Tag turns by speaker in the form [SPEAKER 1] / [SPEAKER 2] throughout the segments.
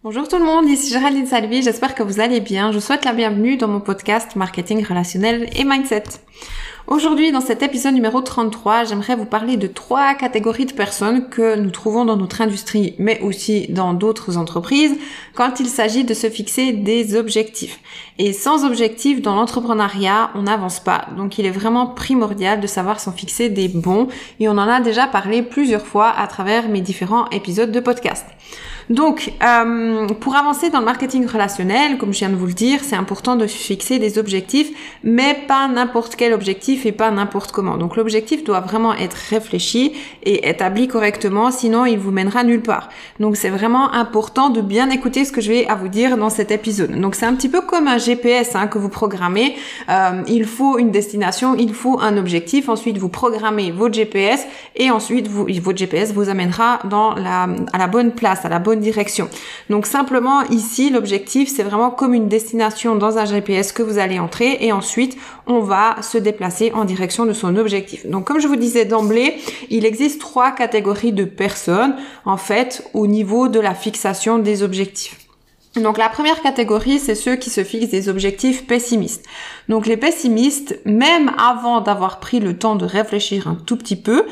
[SPEAKER 1] Bonjour tout le monde, ici Géraldine Salvi, j'espère que vous allez bien. Je vous souhaite la bienvenue dans mon podcast Marketing relationnel et Mindset. Aujourd'hui, dans cet épisode numéro 33, j'aimerais vous parler de 3 catégories de personnes que nous trouvons dans notre industrie, mais aussi dans d'autres entreprises, quand il s'agit de se fixer des objectifs. Et sans objectifs, dans l'entrepreneuriat, on n'avance pas. Donc il est vraiment primordial de savoir s'en fixer des bons, et on en a déjà parlé plusieurs fois à travers mes différents épisodes de podcast. Donc, pour avancer dans le marketing relationnel, comme je viens de vous le dire, c'est important de se fixer des objectifs, mais pas n'importe quel objectif et pas n'importe comment. Donc, l'objectif doit vraiment être réfléchi et établi correctement, sinon il vous mènera nulle part. Donc, c'est vraiment important de bien écouter ce que je vais à vous dire dans cet épisode. Donc, c'est un petit peu comme un GPS que vous programmez. Il faut une destination, il faut un objectif. Ensuite, vous programmez votre GPS et ensuite, votre GPS vous amènera à la bonne place, à la bonne direction. Donc simplement ici l'objectif c'est vraiment comme une destination dans un GPS que vous allez entrer et ensuite on va se déplacer en direction de son objectif. Donc comme je vous disais d'emblée, il existe 3 catégories de personnes en fait au niveau de la fixation des objectifs. Donc la première catégorie, c'est ceux qui se fixent des objectifs pessimistes. Donc les pessimistes, même avant d'avoir pris le temps de réfléchir un tout petit peu,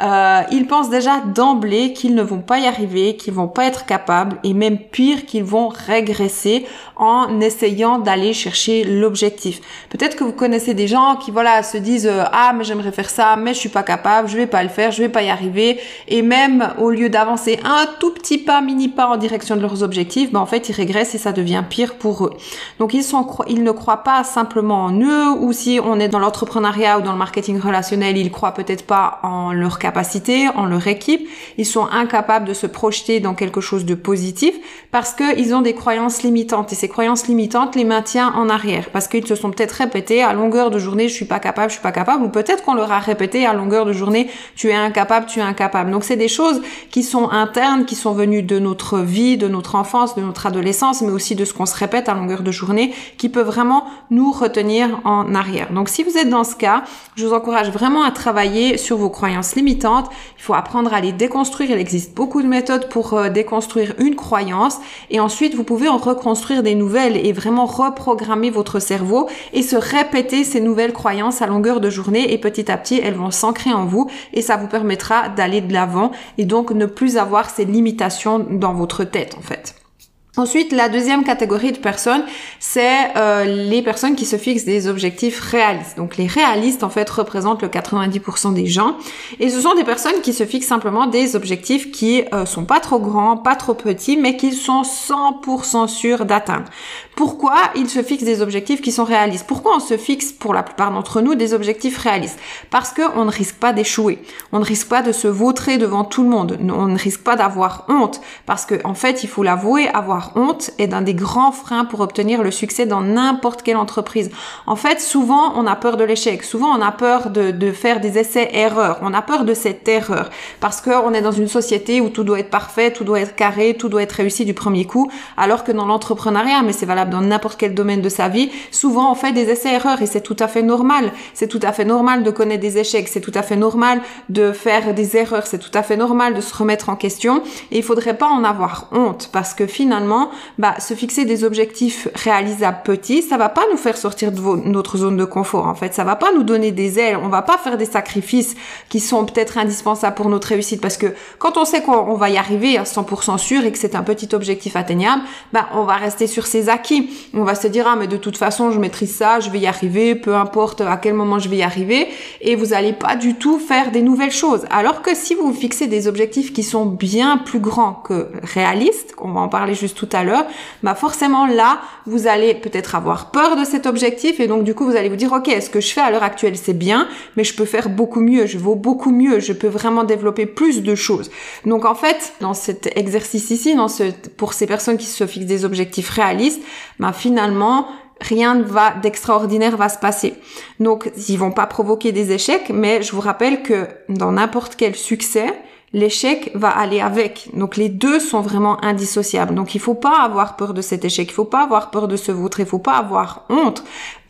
[SPEAKER 1] ils pensent déjà d'emblée qu'ils ne vont pas y arriver, qu'ils vont pas être capables et même pire, qu'ils vont régresser en essayant d'aller chercher l'objectif. Peut-être que vous connaissez des gens qui se disent ah mais j'aimerais faire ça, mais je suis pas capable, je vais pas le faire, je vais pas y arriver et même au lieu d'avancer un tout petit pas, mini pas en direction de leurs objectifs, en fait ils régressent et ça devient pire pour eux. Donc ils ne croient pas simplement en eux, ou si on est dans l'entrepreneuriat ou dans le marketing relationnel, ils croient peut-être pas en leur capacité, en leur équipe. Ils sont incapables de se projeter dans quelque chose de positif parce que ils ont des croyances limitantes et ces croyances limitantes les maintiennent en arrière parce qu'ils se sont peut-être répétés à longueur de journée je suis pas capable, ou peut-être qu'on leur a répété à longueur de journée tu es incapable. Donc c'est des choses qui sont internes, qui sont venues de notre vie, de notre enfance, de notre adolescence, mais aussi de ce qu'on se répète à longueur de journée, qui peut vraiment nous retenir en arrière. Donc si vous êtes dans ce cas, je vous encourage vraiment à travailler sur vos croyances limitantes. Il faut apprendre à les déconstruire. Il existe beaucoup de méthodes pour déconstruire une croyance et ensuite vous pouvez en reconstruire des nouvelles et vraiment reprogrammer votre cerveau et se répéter ces nouvelles croyances à longueur de journée et petit à petit elles vont s'ancrer en vous et ça vous permettra d'aller de l'avant et donc ne plus avoir ces limitations dans votre tête en fait. Ensuite, la deuxième catégorie de personnes, c'est les personnes qui se fixent des objectifs réalistes. Donc les réalistes, en fait, représentent le 90% des gens. Et ce sont des personnes qui se fixent simplement des objectifs qui sont pas trop grands, pas trop petits, mais qu'ils sont 100% sûrs d'atteindre. Pourquoi ils se fixent des objectifs qui sont réalistes? Pourquoi on se fixe, pour la plupart d'entre nous, des objectifs réalistes? Parce qu'on ne risque pas d'échouer. On ne risque pas de se vautrer devant tout le monde. On ne risque pas d'avoir honte. Parce que, en fait, il faut l'avouer, avoir honte est un des grands freins pour obtenir le succès dans n'importe quelle entreprise. En fait, souvent, on a peur de l'échec. Souvent, on a peur de faire des essais-erreurs. On a peur de cette erreur. Parce qu'on est dans une société où tout doit être parfait, tout doit être carré, tout doit être réussi du premier coup. Alors que dans l'entrepreneuriat, mais c'est valable dans n'importe quel domaine de sa vie, souvent on fait des essais-erreurs et c'est tout à fait normal. C'est tout à fait normal de connaître des échecs. C'est tout à fait normal de faire des erreurs. C'est tout à fait normal de se remettre en question. Et il faudrait pas en avoir honte parce que finalement, se fixer des objectifs réalisables petits, ça va pas nous faire sortir de notre zone de confort. En fait, ça va pas nous donner des ailes. On va pas faire des sacrifices qui sont peut-être indispensables pour notre réussite parce que quand on sait qu'on va y arriver à 100% sûr et que c'est un petit objectif atteignable, on va rester sur ses acquis. On va se dire mais de toute façon, je maîtrise ça, je vais y arriver, peu importe à quel moment je vais y arriver et vous allez pas du tout faire des nouvelles choses. Alors que si vous fixez des objectifs qui sont bien plus grands que réalistes, on va en parler juste tout à l'heure, forcément là, vous allez peut-être avoir peur de cet objectif et donc du coup, vous allez vous dire ok, ce que je fais à l'heure actuelle, c'est bien, mais je peux faire beaucoup mieux, je vaux beaucoup mieux, je peux vraiment développer plus de choses. Donc en fait, dans cet exercice ici, pour ces personnes qui se fixent des objectifs réalistes, finalement, rien d'extraordinaire va se passer. Donc, ils vont pas provoquer des échecs, mais je vous rappelle que dans n'importe quel succès, l'échec va aller avec. Donc les deux sont vraiment indissociables. Donc il faut pas avoir peur de cet échec, il faut pas avoir peur de se vautrer, il faut pas avoir honte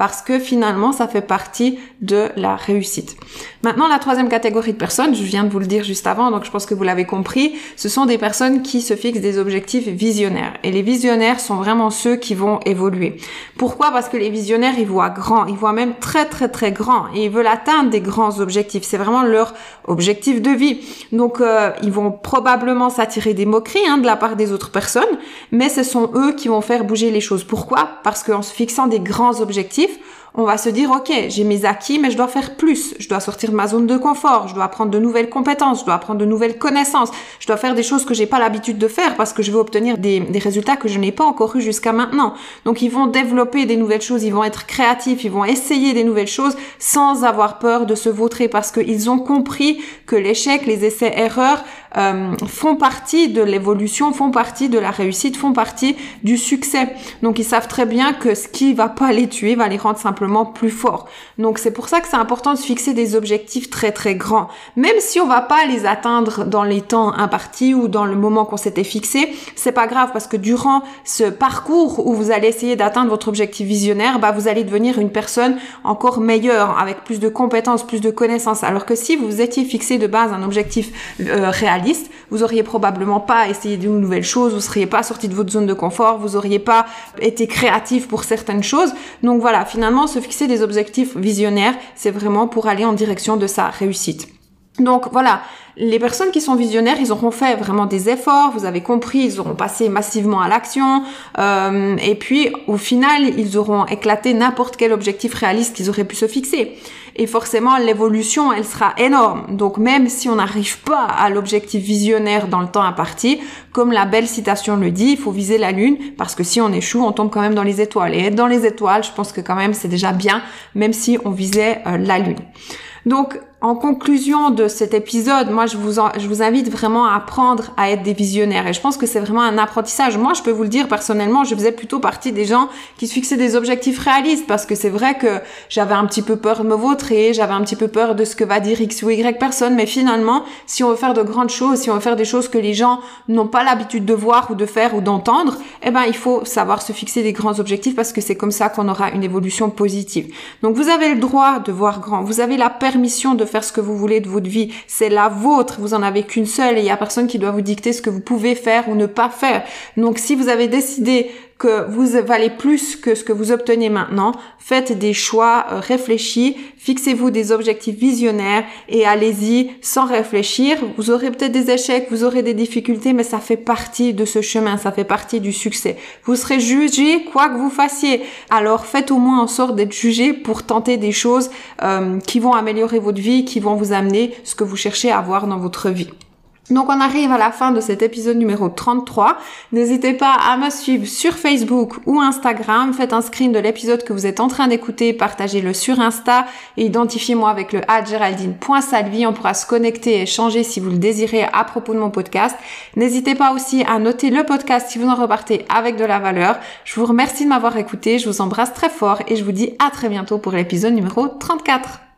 [SPEAKER 1] parce que finalement, ça fait partie de la réussite. Maintenant, la troisième catégorie de personnes, je viens de vous le dire juste avant, donc je pense que vous l'avez compris, ce sont des personnes qui se fixent des objectifs visionnaires. Et les visionnaires sont vraiment ceux qui vont évoluer. Pourquoi? Parce que les visionnaires, ils voient grand, ils voient même très très très grand et ils veulent atteindre des grands objectifs. C'est vraiment leur objectif de vie. Donc, ils vont probablement s'attirer des moqueries de la part des autres personnes, mais ce sont eux qui vont faire bouger les choses. Pourquoi? Parce qu'en se fixant des grands objectifs, on va se dire, ok, j'ai mes acquis, mais je dois faire plus. Je dois sortir de ma zone de confort. Je dois apprendre de nouvelles compétences. Je dois apprendre de nouvelles connaissances. Je dois faire des choses que j'ai pas l'habitude de faire parce que je veux obtenir des résultats que je n'ai pas encore eu jusqu'à maintenant. Donc, ils vont développer des nouvelles choses. Ils vont être créatifs. Ils vont essayer des nouvelles choses sans avoir peur de se vautrer parce qu'ils ont compris que l'échec, les essais-erreurs, font partie de l'évolution, font partie de la réussite, font partie du succès. Donc, ils savent très bien que ce qui va pas les tuer va les rendre simplement plus forts. Donc, c'est pour ça que c'est important de se fixer des objectifs très, très grands. Même si on va pas les atteindre dans les temps impartis ou dans le moment qu'on s'était fixé, c'est pas grave parce que durant ce parcours où vous allez essayer d'atteindre votre objectif visionnaire, vous allez devenir une personne encore meilleure, avec plus de compétences, plus de connaissances. Alors que si vous étiez fixé de base un objectif réaliste, vous auriez probablement pas essayé de nouvelles choses, vous seriez pas sorti de votre zone de confort, vous auriez pas été créatif pour certaines choses. Donc voilà, finalement, se fixer des objectifs visionnaires, c'est vraiment pour aller en direction de sa réussite. Donc voilà, les personnes qui sont visionnaires, ils auront fait vraiment des efforts, vous avez compris, ils auront passé massivement à l'action, et puis au final, ils auront éclaté n'importe quel objectif réaliste qu'ils auraient pu se fixer. Et forcément, l'évolution, elle sera énorme. Donc même si on n'arrive pas à l'objectif visionnaire dans le temps imparti, comme la belle citation le dit, il faut viser la lune, parce que si on échoue, on tombe quand même dans les étoiles. Et être dans les étoiles, je pense que quand même, c'est déjà bien, même si on visait la lune. Donc, en conclusion de cet épisode, moi, je vous invite vraiment à apprendre à être des visionnaires. Et je pense que c'est vraiment un apprentissage. Moi, je peux vous le dire personnellement, je faisais plutôt partie des gens qui se fixaient des objectifs réalistes parce que c'est vrai que j'avais un petit peu peur de me vautrer, j'avais un petit peu peur de ce que va dire X ou Y personne. Mais finalement, si on veut faire de grandes choses, si on veut faire des choses que les gens n'ont pas l'habitude de voir ou de faire ou d'entendre, il faut savoir se fixer des grands objectifs parce que c'est comme ça qu'on aura une évolution positive. Donc, vous avez le droit de voir grand. Vous avez la permission de faire ce que vous voulez de votre vie, c'est la vôtre, vous en avez qu'une seule et il y a personne qui doit vous dicter ce que vous pouvez faire ou ne pas faire. Donc si vous avez décidé que vous valez plus que ce que vous obtenez maintenant, faites des choix réfléchis, fixez-vous des objectifs visionnaires et allez-y sans réfléchir. Vous aurez peut-être des échecs, vous aurez des difficultés, mais ça fait partie de ce chemin, ça fait partie du succès. Vous serez jugé quoi que vous fassiez. Alors faites au moins en sorte d'être jugé pour tenter des choses qui vont améliorer votre vie, qui vont vous amener ce que vous cherchez à avoir dans votre vie. Donc on arrive à la fin de cet épisode numéro 33. N'hésitez pas à me suivre sur Facebook ou Instagram. Faites un screen de l'épisode que vous êtes en train d'écouter, partagez-le sur Insta et identifiez-moi avec le @geraldine.salvi. On pourra se connecter et échanger si vous le désirez à propos de mon podcast. N'hésitez pas aussi à noter le podcast si vous en repartez avec de la valeur. Je vous remercie de m'avoir écouté, je vous embrasse très fort et je vous dis à très bientôt pour l'épisode numéro 34.